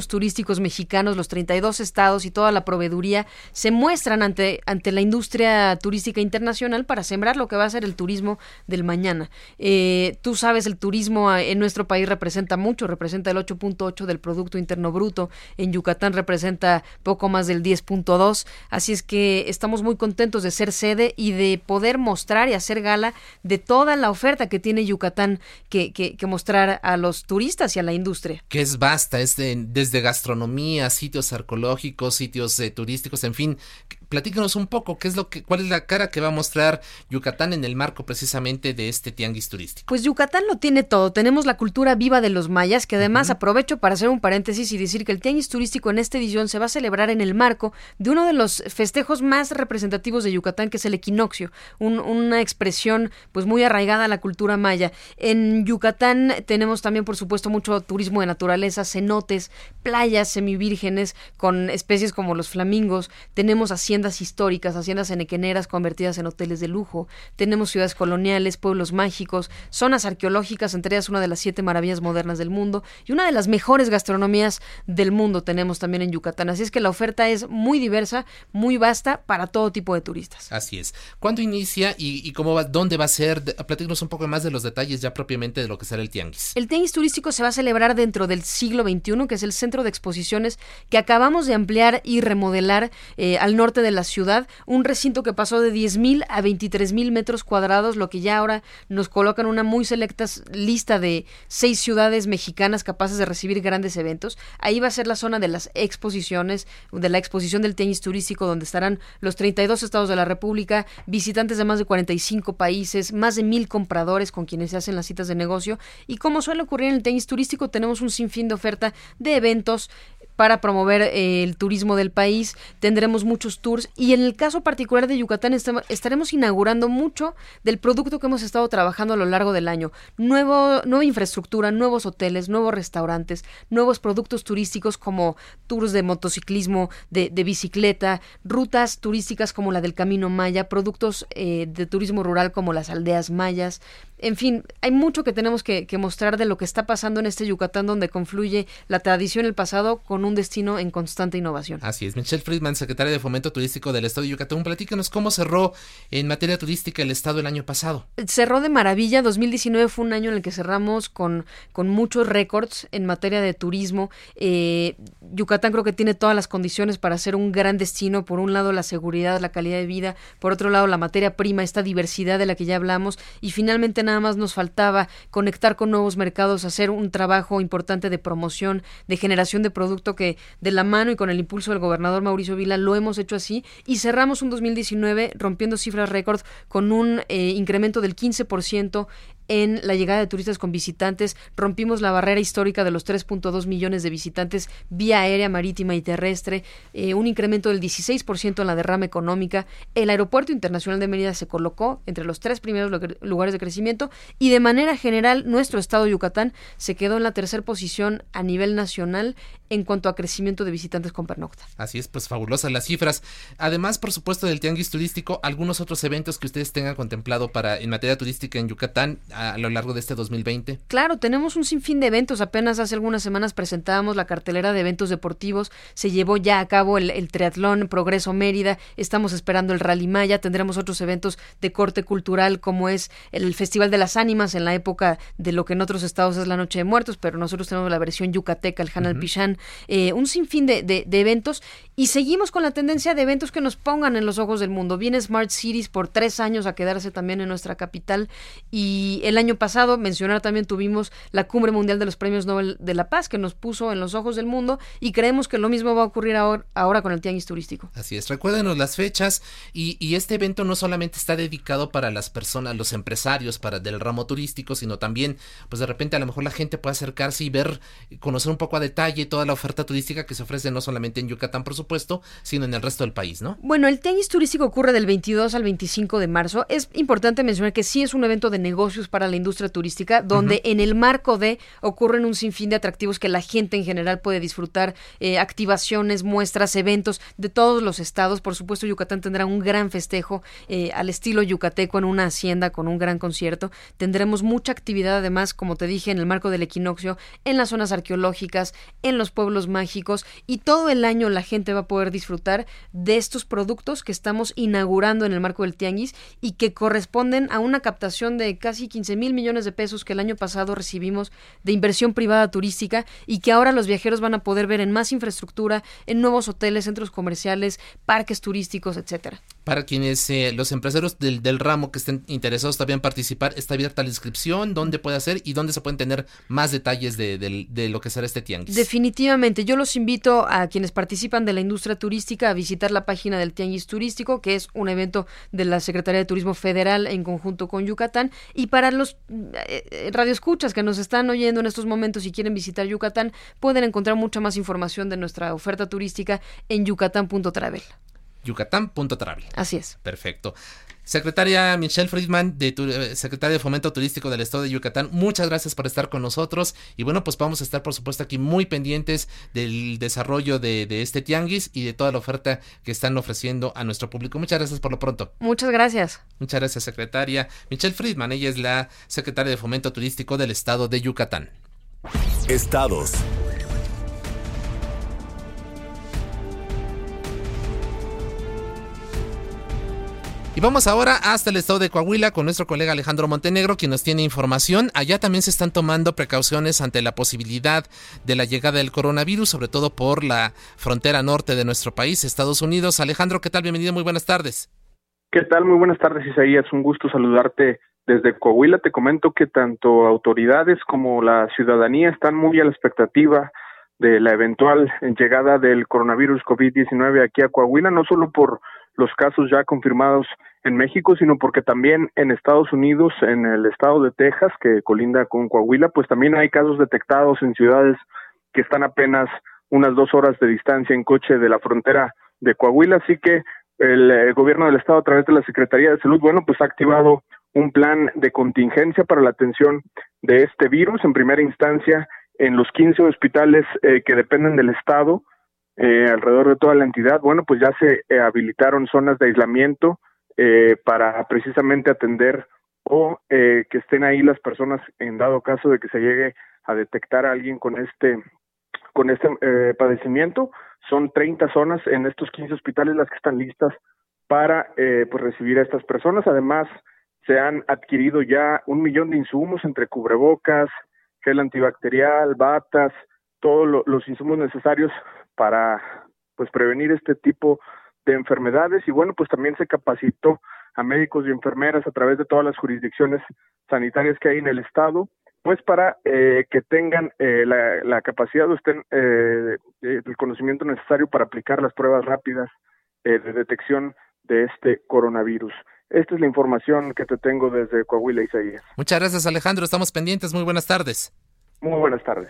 tecnológicos mexicanos, los treinta y dos estados y toda la proveeduría se muestran ante, ante la industria turística internacional para sembrar lo que va a ser el turismo del mañana. Eh, tú sabes, el turismo en nuestro país representa mucho, representa el ocho punto ocho del Producto Interno Bruto, en Yucatán representa poco más del diez punto dos, así es que estamos muy contentos de ser sede y de poder mostrar y hacer gala de toda la oferta que tiene Yucatán que, que, que mostrar a los turistas y a la industria. Que es vasta, es de, desde gastronomía, sitios arqueológicos, sitios eh, turísticos, en fin. Platícanos un poco, ¿qué es lo que, cuál es la cara que va a mostrar Yucatán en el marco precisamente de este tianguis turístico? Pues Yucatán lo tiene todo. Tenemos la cultura viva de los mayas, que además uh-huh. aprovecho para hacer un paréntesis y decir que el tianguis turístico en esta edición se va a celebrar en el marco de uno de los festejos más representativos de Yucatán, que es el equinoccio, un, una expresión pues muy arraigada a la cultura maya. En Yucatán tenemos también, por supuesto, mucho turismo de naturaleza, cenotes, playas semivírgenes con especies como los flamingos, tenemos haciendas históricas, haciendas enequeneras convertidas en hoteles de lujo, tenemos ciudades coloniales, pueblos mágicos, zonas arqueológicas, entre ellas una de las siete maravillas modernas del mundo y una de las mejores gastronomías del mundo tenemos también en Yucatán, así es que la oferta es muy diversa, muy vasta para todo tipo de turistas. Así es. ¿Cuándo inicia y, y cómo va, dónde va a ser? Platícanos un poco más de los detalles ya propiamente de lo que será el tianguis. El tianguis turístico se va a celebrar dentro del siglo veintiuno, que es el centro de exposiciones que acabamos de ampliar y remodelar eh, al norte de la ciudad, un recinto que pasó de diez mil a veintitrés mil metros cuadrados, lo que ya ahora nos coloca en una muy selecta lista de seis ciudades mexicanas capaces de recibir grandes eventos. Ahí va a ser la zona de las exposiciones, de la exposición del tianguis turístico, donde estarán los treinta y dos estados de la República, visitantes de más de cuarenta y cinco países, más de mil compradores con quienes se hacen las citas de negocio, y como suele ocurrir en el tianguis turístico, tenemos un sinfín de oferta de eventos para promover eh, el turismo del país. Tendremos muchos tours y en el caso particular de Yucatán est- estaremos inaugurando mucho del producto que hemos estado trabajando a lo largo del año. Nuevo, nueva infraestructura, nuevos hoteles, nuevos restaurantes, nuevos productos turísticos como tours de motociclismo, de, de bicicleta, rutas turísticas como la del Camino Maya, productos eh, de turismo rural como las aldeas mayas. En fin, hay mucho que tenemos que, que mostrar de lo que está pasando en este Yucatán, donde confluye la tradición y el pasado con un destino en constante innovación. Así es. Michelle Friedman, secretaria de Fomento Turístico del Estado de Yucatán, platícanos cómo cerró en materia turística el Estado el año pasado. Cerró de maravilla. dos mil diecinueve fue un año en el que cerramos con, con muchos récords en materia de turismo. Eh, Yucatán creo que tiene todas las condiciones para ser un gran destino. Por un lado, la seguridad, la calidad de vida. Por otro lado, la materia prima, esta diversidad de la que ya hablamos. Y finalmente, nada más nos faltaba conectar con nuevos mercados, hacer un trabajo importante de promoción, de generación de producto que de la mano y con el impulso del gobernador Mauricio Vila lo hemos hecho así y cerramos un dos mil diecinueve rompiendo cifras récord con un eh, incremento del quince por ciento en la llegada de turistas con visitantes. Rompimos la barrera histórica de los tres punto dos millones de visitantes vía aérea, marítima y terrestre, eh, un incremento del dieciséis por ciento en la derrama económica. El Aeropuerto Internacional de Mérida se colocó entre los tres primeros lugares de crecimiento y de manera general nuestro estado de Yucatán se quedó en la tercera posición a nivel nacional en cuanto a crecimiento de visitantes con pernocta. Así es, pues fabulosas las cifras. Además, por supuesto, del tianguis turístico, algunos otros eventos que ustedes tengan contemplado para en materia turística en Yucatán a lo largo de este dos mil veinte. Claro, tenemos un sinfín de eventos. Apenas hace algunas semanas presentábamos la cartelera de eventos deportivos. Se llevó ya a cabo el, el triatlón Progreso Mérida. Estamos esperando el Rally Maya. Tendremos otros eventos de corte cultural como es el Festival de las Ánimas en la época de lo que en otros estados es la Noche de Muertos, pero nosotros tenemos la versión yucateca, el Hanal uh-huh. Pichán. Eh, un sinfín de, de, de eventos y seguimos con la tendencia de eventos que nos pongan en los ojos del mundo. Viene Smart Cities por tres años a quedarse también en nuestra capital y el año pasado, mencionar también, tuvimos la Cumbre Mundial de los Premios Nobel de la Paz que nos puso en los ojos del mundo y creemos que lo mismo va a ocurrir ahora, ahora con el tianguis turístico. Así es, recuérdenos las fechas y, y este evento no solamente está dedicado para las personas, los empresarios para del ramo turístico, sino también, pues de repente a lo mejor la gente puede acercarse y ver, conocer un poco a detalle toda la oferta turística que se ofrece no solamente en Yucatán, por supuesto, sino en el resto del país, ¿no? Bueno, el tianguis turístico ocurre del veintidós al veinticinco de marzo. Es importante mencionar que sí es un evento de negocios para la industria turística, donde uh-huh. en el marco de ocurren un sinfín de atractivos que la gente en general puede disfrutar, eh, activaciones, muestras, eventos de todos los estados. Por supuesto, Yucatán tendrá un gran festejo eh, al estilo yucateco en una hacienda con un gran concierto. Tendremos mucha actividad además, como te dije, en el marco del equinoccio, en las zonas arqueológicas, en los pueblos mágicos, y todo el año la gente va a poder disfrutar de estos productos que estamos inaugurando en el marco del Tianguis y que corresponden a una captación de casi quince mil millones de pesos que el año pasado recibimos de inversión privada turística y que ahora los viajeros van a poder ver en más infraestructura, en nuevos hoteles, centros comerciales, parques turísticos, etcétera. Para quienes, eh, los empresarios del, del ramo que estén interesados también en participar, está abierta la inscripción, dónde puede hacer y dónde se pueden tener más detalles de, de, de lo que será este tianguis. Definitivamente, yo los invito a quienes participan de la industria turística a visitar la página del Tianguis Turístico, que es un evento de la Secretaría de Turismo Federal en conjunto con Yucatán, y para los eh, radioescuchas que nos están oyendo en estos momentos y quieren visitar Yucatán, pueden encontrar mucha más información de nuestra oferta turística en yucatán punto travel. yucatán punto travel. Así es. Perfecto. Secretaria Michelle Friedman, de tu, Secretaria de Fomento Turístico del Estado de Yucatán, muchas gracias por estar con nosotros y bueno, pues vamos a estar por supuesto aquí muy pendientes del desarrollo de, de este tianguis y de toda la oferta que están ofreciendo a nuestro público. Muchas gracias por lo pronto. Muchas gracias. Muchas gracias, secretaria Michelle Friedman. Ella es la Secretaria de Fomento Turístico del Estado de Yucatán. Estados. Y vamos ahora hasta el estado de Coahuila con nuestro colega Alejandro Montenegro, quien nos tiene información. Allá también se están tomando precauciones ante la posibilidad de la llegada del coronavirus, sobre todo por la frontera norte de nuestro país, Estados Unidos. Alejandro, ¿qué tal? Bienvenido, muy buenas tardes. ¿Qué tal? Muy buenas tardes, Isaías. Un gusto saludarte desde Coahuila. Te comento que tanto autoridades como la ciudadanía están muy a la expectativa de la eventual llegada del coronavirus COVID diecinueve aquí a Coahuila, no solo por los casos ya confirmados en México, sino porque también en Estados Unidos, en el estado de Texas, que colinda con Coahuila, pues también hay casos detectados en ciudades que están apenas unas dos horas de distancia en coche de la frontera de Coahuila, así que el, el gobierno del estado a través de la Secretaría de Salud, bueno, pues ha activado un plan de contingencia para la atención de este virus, en primera instancia en los quince hospitales eh, que dependen del estado, eh, alrededor de toda la entidad. Bueno, pues ya se eh, habilitaron zonas de aislamiento eh, para precisamente atender o eh, que estén ahí las personas en dado caso de que se llegue a detectar a alguien con este con este eh, padecimiento. Son treinta zonas en estos quince hospitales las que están listas para eh, pues recibir a estas personas. Además, se han adquirido ya un millón de insumos entre cubrebocas, gel antibacterial, batas, todos lo, los insumos necesarios para pues prevenir este tipo de enfermedades. Y bueno, pues también se capacitó a médicos y enfermeras a través de todas las jurisdicciones sanitarias que hay en el estado, pues para eh, que tengan eh, la, la capacidad o estén eh, el conocimiento necesario para aplicar las pruebas rápidas eh, de detección de este coronavirus. Esta es la información que te tengo desde Coahuila, Isaías. Muchas gracias, Alejandro. Estamos pendientes. Muy buenas tardes. Muy buenas tardes.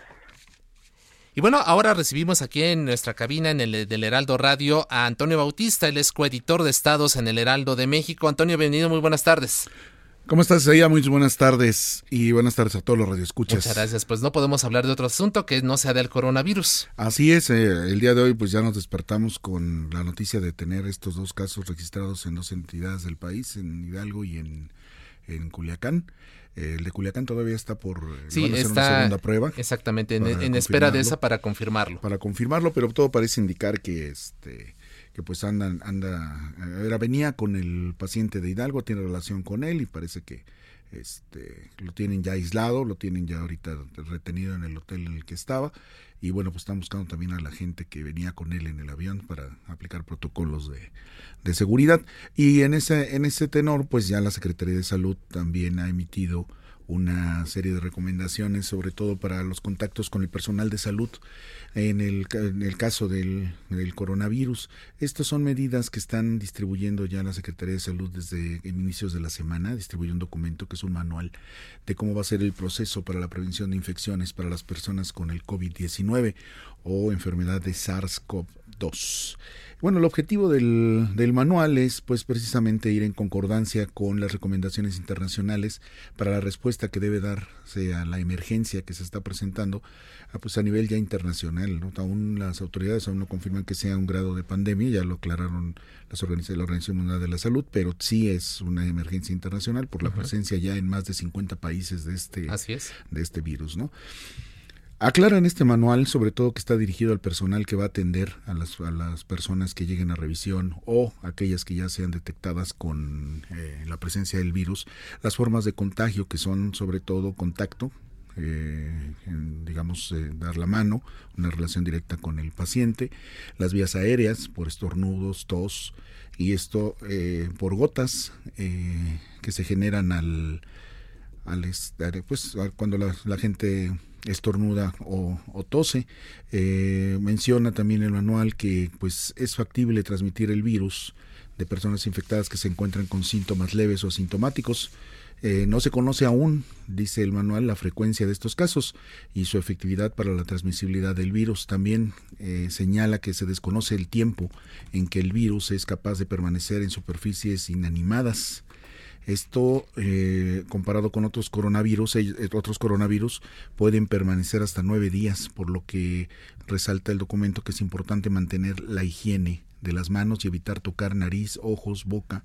Y bueno, ahora recibimos aquí en nuestra cabina en el del Heraldo Radio a Antonio Bautista, él es coeditor de Estados en el Heraldo de México. Antonio, bienvenido, muy buenas tardes. ¿Cómo estás, Isaías? Muy buenas tardes y buenas tardes a todos los radioescuchas. Muchas gracias. Pues no podemos hablar de otro asunto que no sea del coronavirus. Así es, eh, el día de hoy pues ya nos despertamos con la noticia de tener estos dos casos registrados en dos entidades del país, en Hidalgo y en, en Culiacán. Eh, el de Culiacán todavía está por sí, van a hacer está, una segunda prueba. Exactamente, en, en espera de esa para confirmarlo. Para confirmarlo, pero todo parece indicar que este... que pues anda, anda, era, venía con el paciente de Hidalgo, tiene relación con él y parece que este lo tienen ya aislado, lo tienen ya ahorita retenido en el hotel en el que estaba y bueno, pues están buscando también a la gente que venía con él en el avión para aplicar protocolos de, de seguridad y en ese, en ese tenor pues ya la Secretaría de Salud también ha emitido una serie de recomendaciones, sobre todo para los contactos con el personal de salud en el, en el caso del, del coronavirus. Estas son medidas que están distribuyendo ya la Secretaría de Salud desde inicios de la semana. Distribuye un documento que es un manual de cómo va a ser el proceso para la prevención de infecciones para las personas con el COVID diecinueve o enfermedad de SARS-CoV dos. Bueno, el objetivo del, del manual es pues precisamente ir en concordancia con las recomendaciones internacionales para la respuesta que debe darse a la emergencia que se está presentando a, pues a nivel ya internacional, ¿no? Aún las autoridades aún no confirman que sea un grado de pandemia, ya lo aclararon las organizaciones, la Organización Mundial de la Salud, pero sí es una emergencia internacional por la uh-huh. presencia ya en más de cincuenta países de este, Así es. de este virus, ¿no? Aclara en este manual, sobre todo, que está dirigido al personal que va a atender a las, a las personas que lleguen a revisión o aquellas que ya sean detectadas con eh, la presencia del virus, las formas de contagio, que son sobre todo contacto, eh, en, digamos, eh, dar la mano, una relación directa con el paciente, las vías aéreas, por estornudos, tos, y esto eh, por gotas eh, que se generan al, al pues cuando la, la gente estornuda o, o tose. Eh, menciona también el manual que pues es factible transmitir el virus de personas infectadas que se encuentran con síntomas leves o asintomáticos. Eh, no se conoce aún, dice el manual, la frecuencia de estos casos y su efectividad para la transmisibilidad del virus. También eh, señala que se desconoce el tiempo en que el virus es capaz de permanecer en superficies inanimadas. Esto, eh, comparado con otros coronavirus, eh, otros coronavirus pueden permanecer hasta nueve días, por lo que resalta el documento que es importante mantener la higiene de las manos y evitar tocar nariz, ojos, boca,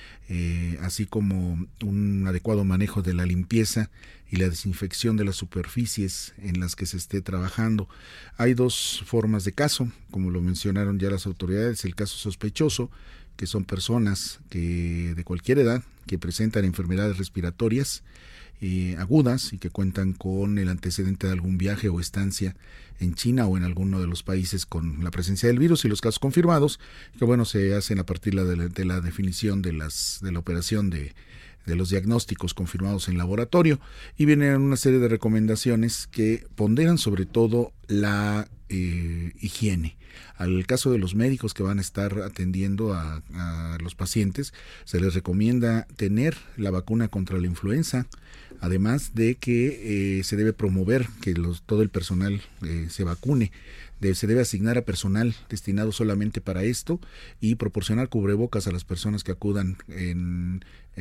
eh, así como un adecuado manejo de la limpieza y la desinfección de las superficies en las que se esté trabajando. Hay dos formas de caso, como lo mencionaron ya las autoridades: el caso sospechoso, que son personas que de cualquier edad que presentan enfermedades respiratorias eh, agudas y que cuentan con el antecedente de algún viaje o estancia en China o en alguno de los países con la presencia del virus, y los casos confirmados, que bueno, se hacen a partir de la, de la definición de las de la operación de de los diagnósticos confirmados en laboratorio, y vienen una serie de recomendaciones que ponderan sobre todo la eh, higiene. Al caso de los médicos que van a estar atendiendo a, a los pacientes, se les recomienda tener la vacuna contra la influenza, además de que eh, se debe promover que los, todo el personal eh, se vacune. De, se debe asignar a personal destinado solamente para esto y proporcionar cubrebocas a las personas que acudan en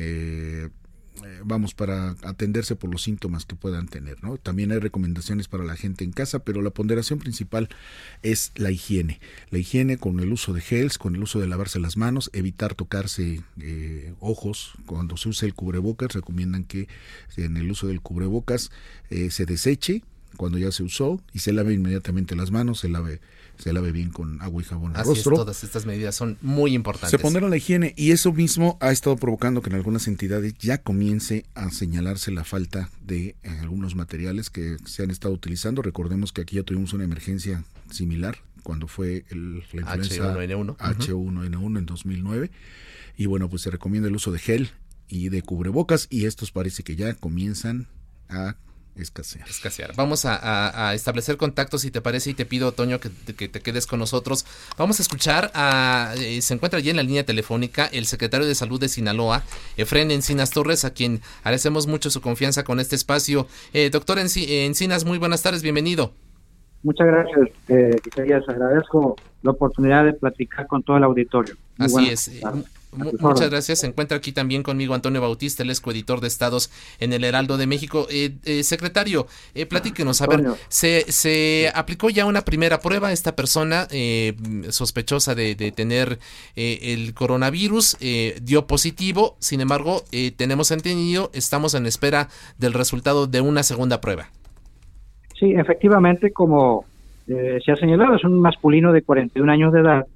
eh, eh, vamos para atenderse por los síntomas que puedan tener, ¿no? También hay recomendaciones para la gente en casa, pero la ponderación principal es la higiene. La higiene con el uso de gels, con el uso de lavarse las manos, evitar tocarse eh, ojos. Cuando se usa el cubrebocas, recomiendan que en el uso del cubrebocas eh, se deseche cuando ya se usó y se lave inmediatamente las manos, se lave se lave bien con agua y jabón el Así rostro. Es, todas estas medidas son muy importantes. Se pondrá la higiene, y eso mismo ha estado provocando que en algunas entidades ya comience a señalarse la falta de eh, algunos materiales que se han estado utilizando. Recordemos que aquí ya tuvimos una emergencia similar cuando fue el, la influenza H uno N uno H uno N uno en dos mil nueve, y bueno, pues se recomienda el uso de gel y de cubrebocas, y estos parece que ya comienzan a escasear. escasear. Vamos a, a, a establecer contactos, si te parece, y te pido, Toño, que, que te quedes con nosotros. Vamos a escuchar a, eh, se encuentra allí en la línea telefónica el secretario de Salud de Sinaloa, Efrén Encinas Torres, a quien agradecemos mucho su confianza con este espacio. Eh, doctor Encinas, muy buenas tardes, bienvenido. Muchas gracias, eh, Isaías, agradezco la oportunidad de platicar con todo el auditorio. Muy Así es. Eh, Muchas gracias. Se encuentra aquí también conmigo Antonio Bautista, el coeditor de Estados en el Heraldo de México. Eh, eh, secretario, eh, platíquenos, a ver, se, se aplicó ya una primera prueba a esta persona eh, sospechosa de, de tener eh, el coronavirus, eh, dio positivo, sin embargo, eh, tenemos entendido, estamos en espera del resultado de una segunda prueba. Sí, efectivamente, como eh, se ha señalado, es un masculino de cuarenta y un años de edad,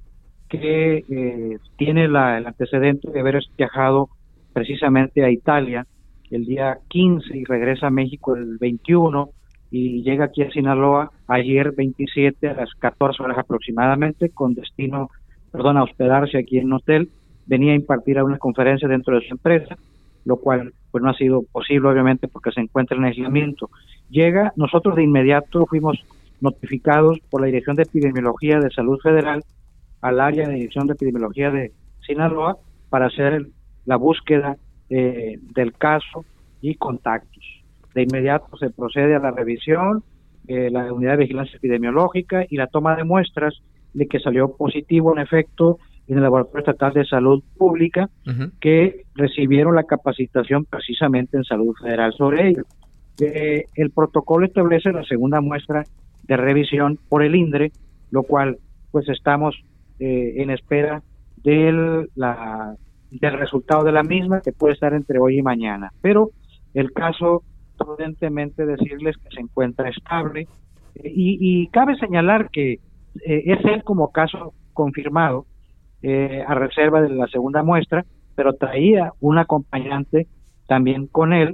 que eh, tiene la, el antecedente de haber viajado precisamente a Italia el día quince y regresa a México el veintiuno y llega aquí a Sinaloa ayer veintisiete a las catorce horas aproximadamente, con destino, perdón, a hospedarse aquí en un hotel. Venía a impartir a una conferencia dentro de su empresa, lo cual pues no ha sido posible obviamente porque se encuentra en aislamiento. Llega, nosotros de inmediato fuimos notificados por la Dirección de Epidemiología de Salud Federal al área de Dirección de Epidemiología de Sinaloa para hacer el, la búsqueda eh, del caso y contactos. De inmediato se procede a la revisión, eh, la unidad de vigilancia epidemiológica y la toma de muestras de que salió positivo en efecto en el Laboratorio Estatal de Salud Pública, uh-huh. que recibieron la capacitación precisamente en Salud Federal sobre ello. Eh, el protocolo establece la segunda muestra de revisión por el INDRE, lo cual pues estamos Eh, en espera del, la, del resultado de la misma, que puede estar entre hoy y mañana. Pero el caso, prudentemente decirles que se encuentra estable, Y, y cabe señalar que eh, es él como caso confirmado, eh, a reserva de la segunda muestra, pero traía un acompañante también con él,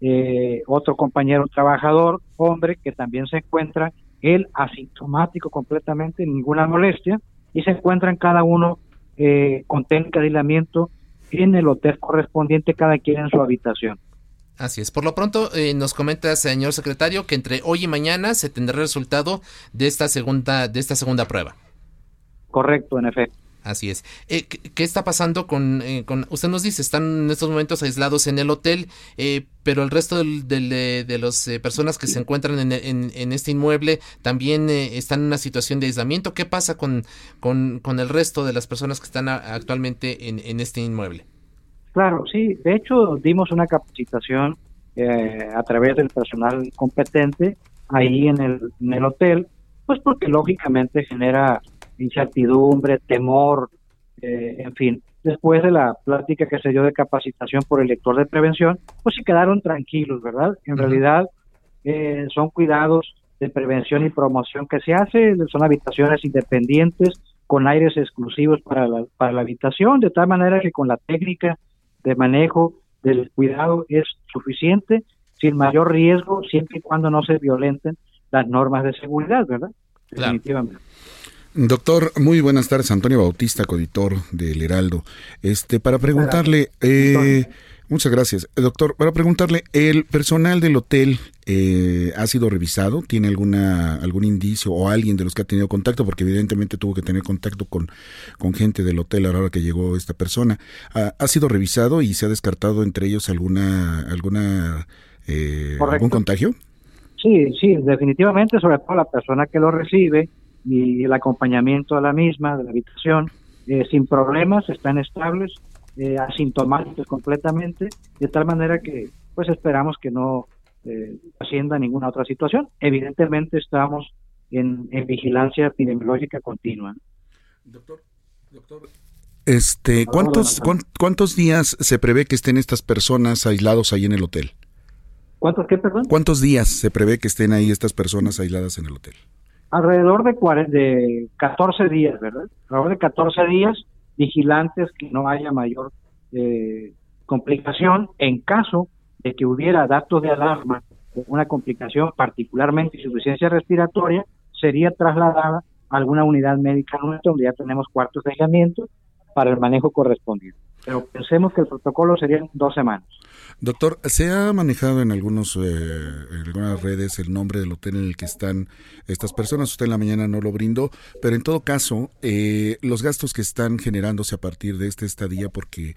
eh, otro compañero trabajador, hombre, que también se encuentra, él asintomático completamente, ninguna molestia, y se encuentran cada uno eh, con técnica de aislamiento en el hotel correspondiente, cada quien en su habitación. Así es. Por lo pronto, eh, nos comenta, señor secretario, que entre hoy y mañana se tendrá el resultado de esta segunda, de esta segunda prueba. Correcto, en efecto. Así es. Eh, ¿qué, ¿Qué está pasando con, eh, con... Usted nos dice, están en estos momentos aislados en el hotel, eh, pero el resto del, del, de, de las eh, personas que se encuentran en, en, en este inmueble también eh, están en una situación de aislamiento. ¿Qué pasa con, con, con el resto de las personas que están a, actualmente en, en este inmueble? Claro, sí. De hecho, dimos una capacitación eh, a través del personal competente ahí en el, en el hotel, pues porque lógicamente genera incertidumbre, temor, eh, en fin. Después de la plática que se dio de capacitación por el lector de prevención, pues sí quedaron tranquilos, ¿verdad? En uh-huh. realidad eh, son cuidados de prevención y promoción que se hace, son habitaciones independientes con aires exclusivos para la, para la habitación, de tal manera que con la técnica de manejo del cuidado es suficiente, sin mayor riesgo, siempre y cuando no se violenten las normas de seguridad, ¿verdad? Claro. Definitivamente. Doctor, muy buenas tardes. Antonio Bautista, coeditor del Heraldo. Este, para preguntarle, eh, muchas gracias, doctor. Para preguntarle, ¿el personal del hotel eh, ha sido revisado? ¿Tiene alguna algún indicio o alguien de los que ha tenido contacto? Porque evidentemente tuvo que tener contacto con, con gente del hotel a la hora que llegó esta persona. ¿Ha, ha sido revisado y se ha descartado entre ellos alguna alguna eh, algún contagio? Sí, sí, definitivamente, sobre todo la persona que lo recibe y el acompañamiento a la misma de la habitación, eh, sin problemas, están estables, eh, asintomáticos completamente, de tal manera que pues esperamos que no eh, ascienda ninguna otra situación. Evidentemente estamos en, en vigilancia epidemiológica continua. Doctor, doctor. Este, ¿cuántos, ¿cuántos días se prevé que estén estas personas aislados ahí en el hotel? ¿Cuántos qué, perdón? ¿Cuántos días se prevé que estén ahí estas personas aisladas en el hotel? Alrededor de, cuarenta, de catorce días, ¿verdad? Alrededor de catorce días, vigilantes que no haya mayor eh, complicación. En caso de que hubiera datos de alarma, una complicación, particularmente insuficiencia respiratoria, sería trasladada a alguna unidad médica nuestra, donde ya tenemos cuartos de aislamiento para el manejo correspondiente. Pero pensemos que el protocolo sería dos semanas. Doctor, ¿se ha manejado en algunos eh, en algunas redes el nombre del hotel en el que están estas personas? Usted en la mañana no lo brindó, pero en todo caso, eh, los gastos que están generándose a partir de esta estadía, porque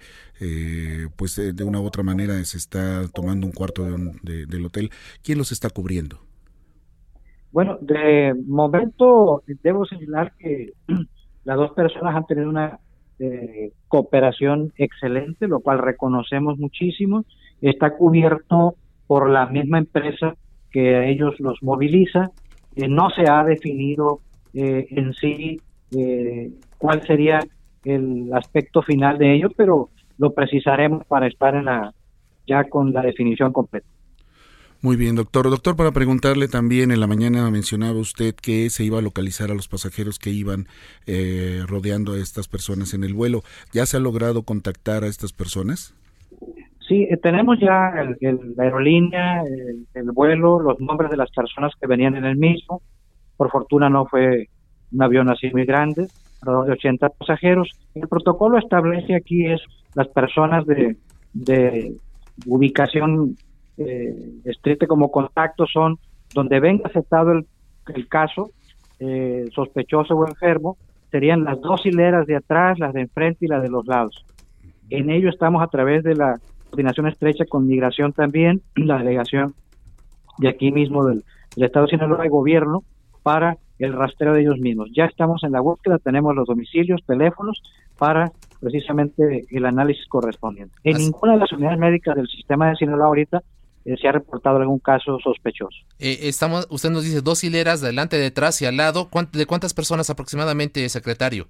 eh, pues eh, de una u otra manera se está tomando un cuarto de un, de, del hotel, ¿quién los está cubriendo? Bueno, de momento debo señalar que las dos personas han tenido una eh, cooperación excelente, lo cual reconocemos muchísimo. Está cubierto por la misma empresa que a ellos los moviliza. Eh, no se ha definido eh, en sí eh, cuál sería el aspecto final de ello, pero lo precisaremos para estar en la ya con la definición completa. Muy bien, doctor. Doctor, para preguntarle también, en la mañana mencionaba usted que se iba a localizar a los pasajeros que iban eh, rodeando a estas personas en el vuelo. ¿Ya se ha logrado contactar a estas personas? Sí, eh, tenemos ya el, el, la aerolínea, el, el vuelo, los nombres de las personas que venían en el mismo. Por fortuna no fue un avión así muy grande, alrededor de ochenta pasajeros. El protocolo establece aquí es las personas de, de ubicación eh, estricta como contacto son donde venga aceptado el, el caso, eh, sospechoso o enfermo, serían las dos hileras de atrás, las de enfrente y las de los lados. En ello estamos a través de la coordinación estrecha con Migración también, la delegación de aquí mismo del, del Estado de Sinaloa y Gobierno para el rastreo de ellos mismos. Ya estamos en la búsqueda, tenemos los domicilios, teléfonos para precisamente el análisis correspondiente. En Así. ninguna de las unidades médicas del sistema de Sinaloa ahorita eh, se ha reportado algún caso sospechoso. Eh, estamos, usted nos dice dos hileras, de adelante, detrás y al lado. ¿De cuántas personas aproximadamente, secretario?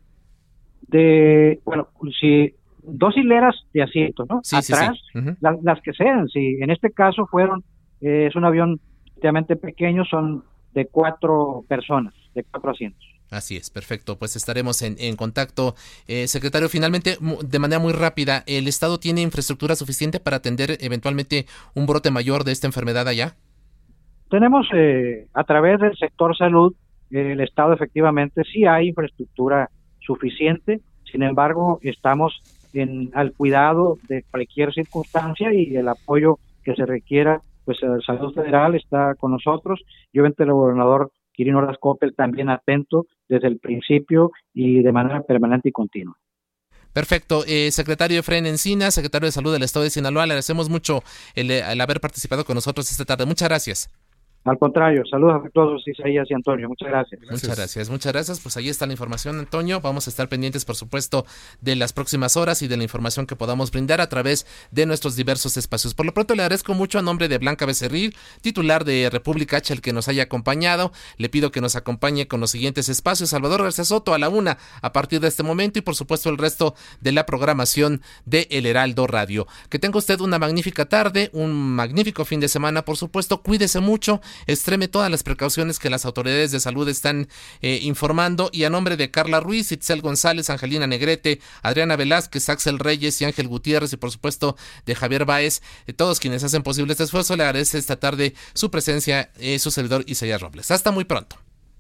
De, bueno, si dos hileras de asientos, ¿no? Sí, Atrás, sí, sí. Uh-huh. la, las que sean. Si en este caso fueron, eh, es un avión relativamente pequeño, son de cuatro personas, de cuatro asientos. Así es, perfecto. Pues estaremos en, en contacto. Eh, secretario, finalmente, de manera muy rápida, ¿el Estado tiene infraestructura suficiente para atender eventualmente un brote mayor de esta enfermedad allá? Tenemos, eh, a través del sector salud, eh, el Estado efectivamente sí hay infraestructura suficiente. Sin embargo, estamos en, al cuidado de cualquier circunstancia y el apoyo que se requiera, pues el Salud Federal está con nosotros. Yo, ante el gobernador Quirino Ordaz Coppel, también atento desde el principio y de manera permanente y continua. Perfecto. Eh, secretario Efraín Encinas, secretario de Salud del Estado de Sinaloa, le agradecemos mucho el, el haber participado con nosotros esta tarde. Muchas gracias. Al contrario, saludos afectuosos, Isaías y Antonio. Muchas gracias. gracias. Muchas gracias, muchas gracias. Pues ahí está la información, Antonio. Vamos a estar pendientes, por supuesto, de las próximas horas y de la información que podamos brindar a través de nuestros diversos espacios. Por lo pronto, le agradezco mucho a nombre de Blanca Becerril, titular de República H, el que nos haya acompañado. Le pido que nos acompañe con los siguientes espacios. Salvador García Soto a la una a partir de este momento y, por supuesto, el resto de la programación de El Heraldo Radio. Que tenga usted una magnífica tarde, un magnífico fin de semana, por supuesto. Cuídese mucho. Extreme todas las precauciones que las autoridades de salud están eh, informando, y a nombre de Carla Ruiz, Itzel González, Angelina Negrete, Adriana Velázquez, Axel Reyes y Ángel Gutiérrez, y por supuesto de Javier Báez, eh, todos quienes hacen posible este esfuerzo, le agradece esta tarde su presencia, eh, su servidor Isaías Robles. Hasta muy pronto.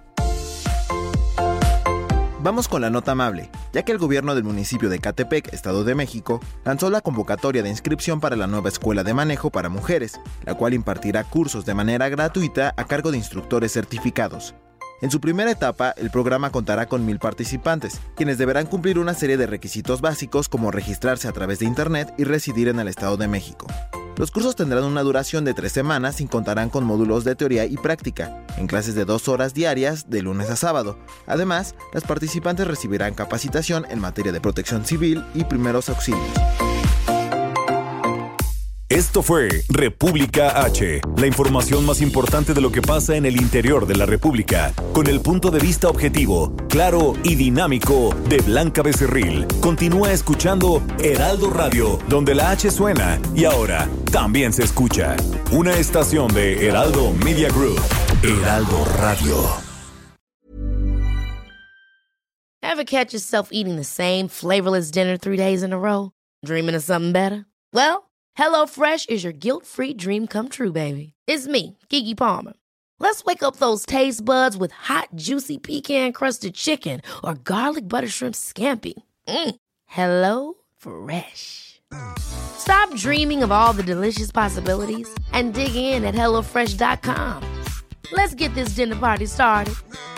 Vamos con la nota amable, ya que el gobierno del municipio de Ecatepec, Estado de México, lanzó la convocatoria de inscripción para la nueva escuela de manejo para mujeres, la cual impartirá cursos de manera gratuita a cargo de instructores certificados. En su primera etapa, el programa contará con mil participantes, quienes deberán cumplir una serie de requisitos básicos como registrarse a través de Internet y residir en el Estado de México. Los cursos tendrán una duración de tres semanas y contarán con módulos de teoría y práctica, en clases de dos horas diarias, de lunes a sábado. Además, las participantes recibirán capacitación en materia de protección civil y primeros auxilios. Esto fue República H, la información más importante de lo que pasa en el interior de la República, con el punto de vista objetivo, claro y dinámico de Blanca Becerril. Continúa escuchando Heraldo Radio, donde la H suena y ahora también se escucha. Una estación de Heraldo Media Group. Heraldo Radio. Ever catch yourself eating the same flavorless dinner three days in a row? Dreaming of something better? Well, HelloFresh is your guilt-free dream come true, baby. It's me, Keke Palmer. Let's wake up those taste buds with hot, juicy pecan-crusted chicken or garlic butter shrimp scampi. Mm. Hello Fresh. Stop dreaming of all the delicious possibilities and dig in at hello fresh dot com. Let's get this dinner party started.